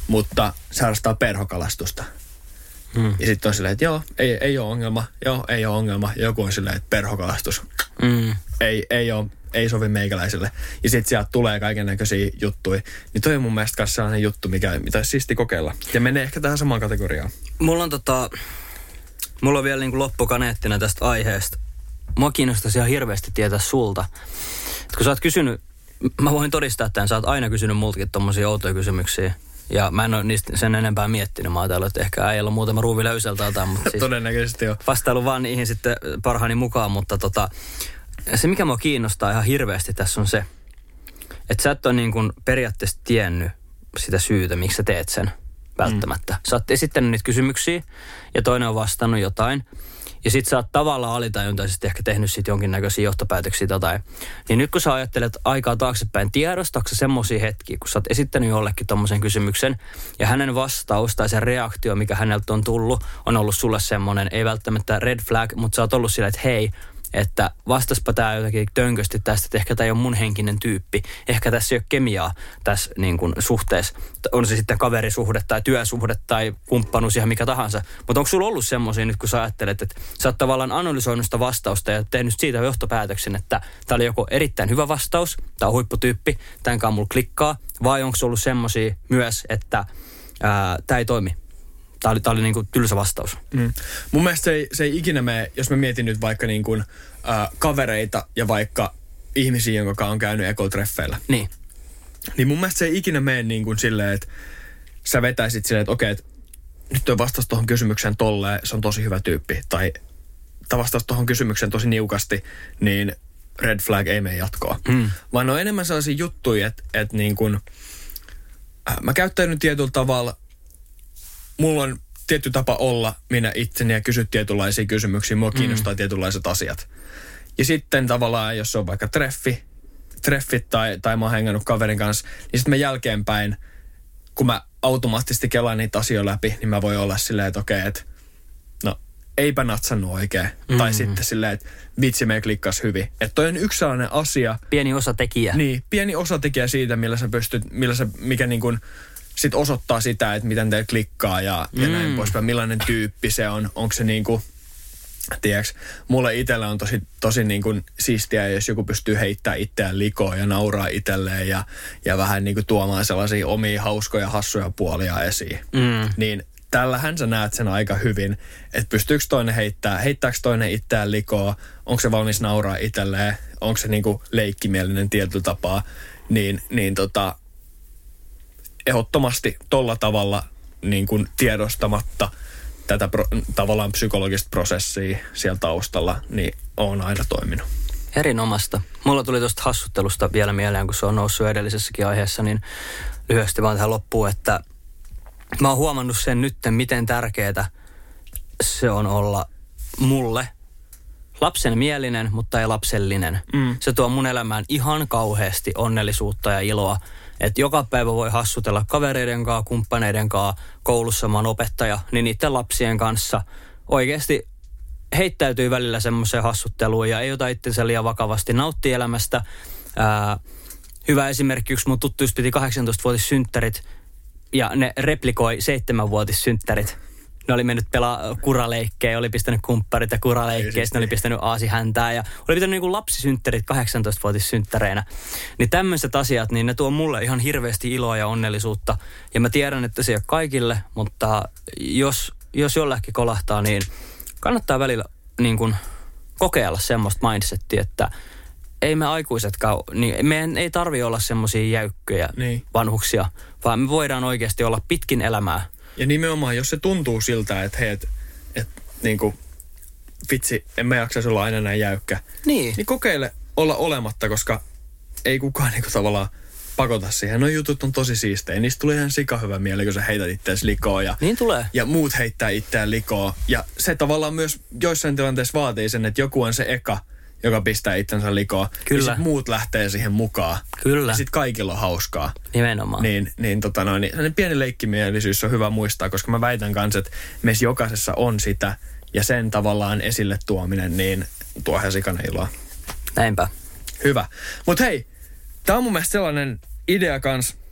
mutta se harrastaa perhokalastusta. Mm. Ja sitten on silleen, että joo, ei, ei ole ongelma, joo, ei ole ongelma. Ja joku on silleen, että perhokalastus mm. ei, ei, ole, ei sovi meikäläiselle. Ja sitten sieltä tulee kaiken näköisiä juttuja. Niin toi on mun mielestä myös sellainen juttu, mikä, mitä olisi siisti kokeilla. Ja menee ehkä tähän samaan kategoriaan. Mulla on tota, mulla on vielä niin kuin loppukaneettina tästä aiheesta. Mua kiinnostaisi ihan hirveästi tietää sulta. Et kun sä oot kysynyt, mä voin todistaa tämän, sä oot aina kysynyt multakin tommosia outoja kysymyksiä. Ja mä en ole niistä sen enempää miettinyt. Mä ajattelin, että ehkä äijällä on muutama ruuvi löysältä jotain, mutta siis todennäköisesti joo. Vastailu vaan niihin sitten parhaani mukaan, mutta tota, se mikä mua kiinnostaa ihan hirveästi tässä on se, että sä et ole niin kuin periaatteessa tiennyt sitä syytä, miksi sä teet sen välttämättä. Mm. Sä oot esittänyt niitä kysymyksiä ja toinen on vastannut jotain. Ja sit sä oot tavallaan alitajuntaisesti ehkä tehnyt sit jonkinnäköisiä johtopäätöksiä tai. Niin nyt kun sä ajattelet aikaa taaksepäin, tiedostatko sä semmosia hetkiä, kun sä oot esittänyt jollekin tommosen kysymyksen ja hänen vastaus tai se reaktio, mikä häneltä on tullut, on ollut sulle semmonen, ei välttämättä red flag, mutta sä oot ollut silleen, että hei, että vastaspa tää jotenkin tönkösti tästä, että ehkä tää ei ole mun henkinen tyyppi. Ehkä tässä ei ole kemiaa tässä niin kuin suhteessa. On se sitten kaverisuhde tai työsuhde tai kumppanuus ihan mikä tahansa. Mutta onko sulla ollut semmoisia nyt, kun sä ajattelet, että sä oot tavallaan analysoinut sitä vastausta ja tehnyt siitä johtopäätöksen, että tää oli joko erittäin hyvä vastaus, tää on huipputyyppi, tämänkaan mulla klikkaa, vai onko ollut semmoisia myös, että ää, tää ei toimi? Tämä oli, tää oli niin kuin tylsä vastaus. Mm. Mun mielestä se ei, se ei ikinä mene, jos mä mietin nyt vaikka niin kuin, äh, kavereita ja vaikka ihmisiä, jonka on käynyt ekotreffeillä. Niin. Niin mun mielestä se ei ikinä mene niin kuin silleen, että sä vetäisit silleen, että okei, että nyt on vastaus tuohon kysymykseen tolleen, se on tosi hyvä tyyppi. Tai, tai vastaus tuohon kysymykseen tosi niukasti, niin red flag ei mene jatkoa. Mm. Vaan on enemmän sellaisia juttuja, että, että niin kuin, äh, mä käyttäydyn tietyllä tavalla. Mulla on tietty tapa olla minä itseni ja kysyä tietynlaisia kysymyksiä. Mua kiinnostaa mm. tietynlaiset asiat. Ja sitten tavallaan, jos on vaikka treffi, treffit tai, tai mä oon hengannut kaverin kanssa, niin sitten mä jälkeenpäin, kun mä automaattisesti kelaan niitä asioita läpi, niin mä voin olla silleen, että okei, että no eipä natsannut oikein. Mm. Tai sitten silleen, että vitsi, me klikkas hyvin. Että toi on yksi sellainen asia. Pieni osatekijä. Niin, pieni osatekijä siitä, millä sä pystyt, millä sä, mikä niin kuin sitten osoittaa sitä, että miten teillä klikkaa ja, ja mm. näin poispäin. Millainen tyyppi se on. Onko se niinku, tiedätkö, mulle itsellä on tosi, tosi niinku siistiä, jos joku pystyy heittämään itseään likoon ja nauraa itselleen ja, ja vähän niinku tuomaan sellaisia omia hauskoja, hassuja puolia esiin. Mm. Niin tällähän sä näet sen aika hyvin, että pystyykö toinen heittää, heittääkö toinen itseään likoon, onko se valmis nauraa itselleen, onko se niinku leikkimielinen tietyllä tapaa, niin, niin tota, ehdottomasti tolla tavalla niin kuin tiedostamatta tätä pro, tavallaan psykologista prosessia siellä taustalla, niin on aina toiminut. Erinomasta. Mulla tuli tuosta hassuttelusta vielä mieleen, kun se on noussut edellisessäkin aiheessa, niin lyhyesti vaan tähän loppuun, että mä oon huomannut sen nytten, miten tärkeää se on olla mulle lapsenmielinen, mutta ei lapsellinen. Mm. Se tuo mun elämään ihan kauheasti onnellisuutta ja iloa. Että joka päivä voi hassutella kavereiden kanssa, kumppaneiden kanssa, koulussa mä oon opettaja, niin niiden lapsien kanssa oikeasti heittäytyy välillä semmoiseen hassutteluun ja ei ota itsensä liian vakavasti, nauttii elämästä. Ää, hyvä esimerkki, yksi mun tuttuista piti kahdeksantoistavuotissynttärit ja ne replikoi seitsemänvuotissynttärit. Ne oli mennyt pelaa kuraleikkejä, oli pistänyt kumpparit ja kuraleikkejä, sitten ne oli pistänyt aasihäntää ja oli pitänyt niin kuin lapsisynttärit kahdeksantoistavuotissynttäreinä. Niin tämmöiset asiat, niin ne tuo mulle ihan hirveästi iloa ja onnellisuutta. Ja mä tiedän, että se ei ole kaikille, mutta jos, jos jollekin kolahtaa, niin kannattaa välillä niin kuin kokeilla semmoista mindsettiä, että ei me aikuisetkaan, niin meidän ei tarvi olla semmoisia jäykköjä niin. vanhuksia, vaan me voidaan oikeasti olla pitkin elämää. Ja nimenomaan, jos se tuntuu siltä, että hei, että et, niinku, vitsi, en mä jaksaisi olla aina näin jäykkä. Niin. Niin kokeile olla olematta, koska ei kukaan niinku tavallaan pakota siihen. No jutut on tosi siistejä. Niistä tulee ihan sikahyvä mieli, kun sä heität itseäsi likoon. Ja, niin tulee. Ja muut heittää itseään likoon. Ja se tavallaan myös joissain tilanteissa vaatii sen, että joku on se eka, joka pistää itsensä likoon. Kyllä. Ja sit muut lähtee siihen mukaan. Kyllä. Ja sit kaikilla on hauskaa. Nimenomaan. Niin, niin, tota noin, niin pieni leikkimielisyys on hyvä muistaa, koska mä väitän kanssa, että meissä jokaisessa on sitä. Ja sen tavallaan esille tuominen, niin tuo ihan sikana iloa. Näinpä. Hyvä. Mut hei, tää on mun mielestä sellainen idea kans,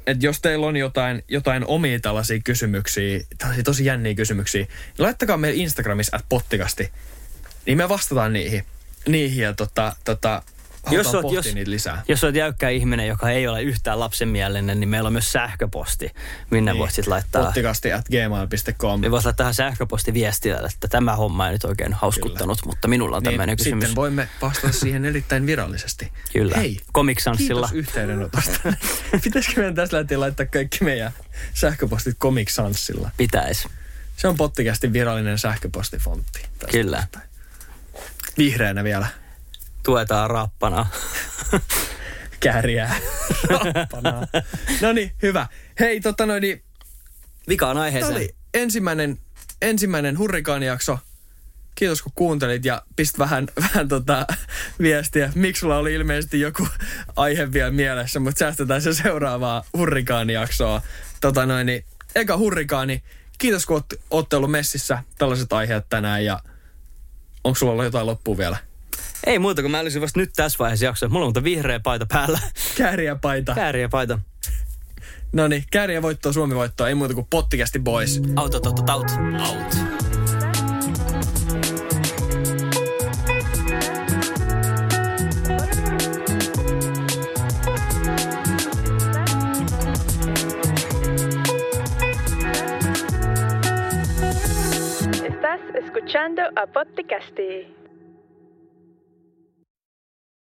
että jos teillä on jotain, jotain omia tällaisia kysymyksiä, tällaisia tosi jänniä kysymyksiä, niin laittakaa meille Instagramissa at pottikasti, niin me vastataan niihin. Niihin ja tota, tota, jos olet, pohtia jos, niitä lisää. Jos olet jäykkä ihminen, joka ei ole yhtään lapsenmielinen, niin meillä on myös sähköposti, minne niin. voit sitten laittaa. Pottikasti at gmail piste com. Niin voit laittaa sähköpostiviestiä, että tämä homma ei nyt oikein hauskuttanut, Kyllä. mutta minulla on niin, tämmöinen kysymys. Sitten voimme vastata siihen erittäin virallisesti. Kyllä. Hei, Comic Sansilla. Kiitos yhteydenotosta. Pitäisikö meidän tässä lähteä laittaa kaikki meidän sähköpostit Comic Sansilla? Pitäisi. Se on Pottikastin virallinen sähköpostifontti. Kyllä. Vihreänä vielä. Tuetaan rappana. Kääriää. Rappanaa. No niin, hyvä. Hei, tota noin, niin vikaan aiheeseen. Tämä oli ensimmäinen, ensimmäinen hurrikaanijakso. Kiitos kun kuuntelit ja pist vähän, vähän tota viestiä. Miksi sulla oli ilmeisesti joku aihe vielä mielessä, mutta säästetään se seuraavaa hurrikaanijaksoa. Tota noin, niin eka hurrikaani. Kiitos kun ootte ollut messissä. Tällaiset aiheet tänään ja onko sulla ollut jotain loppuun vielä? Ei muuta, kun mä olisin vasta nyt tässä vaiheessa jaksoa. Mulla on mutta vihreä paita päällä. Kääriä paita. Kääriä paita. No niin, kääriä voittoa, Suomi voittoa. Ei muuta kuin Pottikästi boys. Out, out, out, out. Out. Estás escuchando a Pottikasti.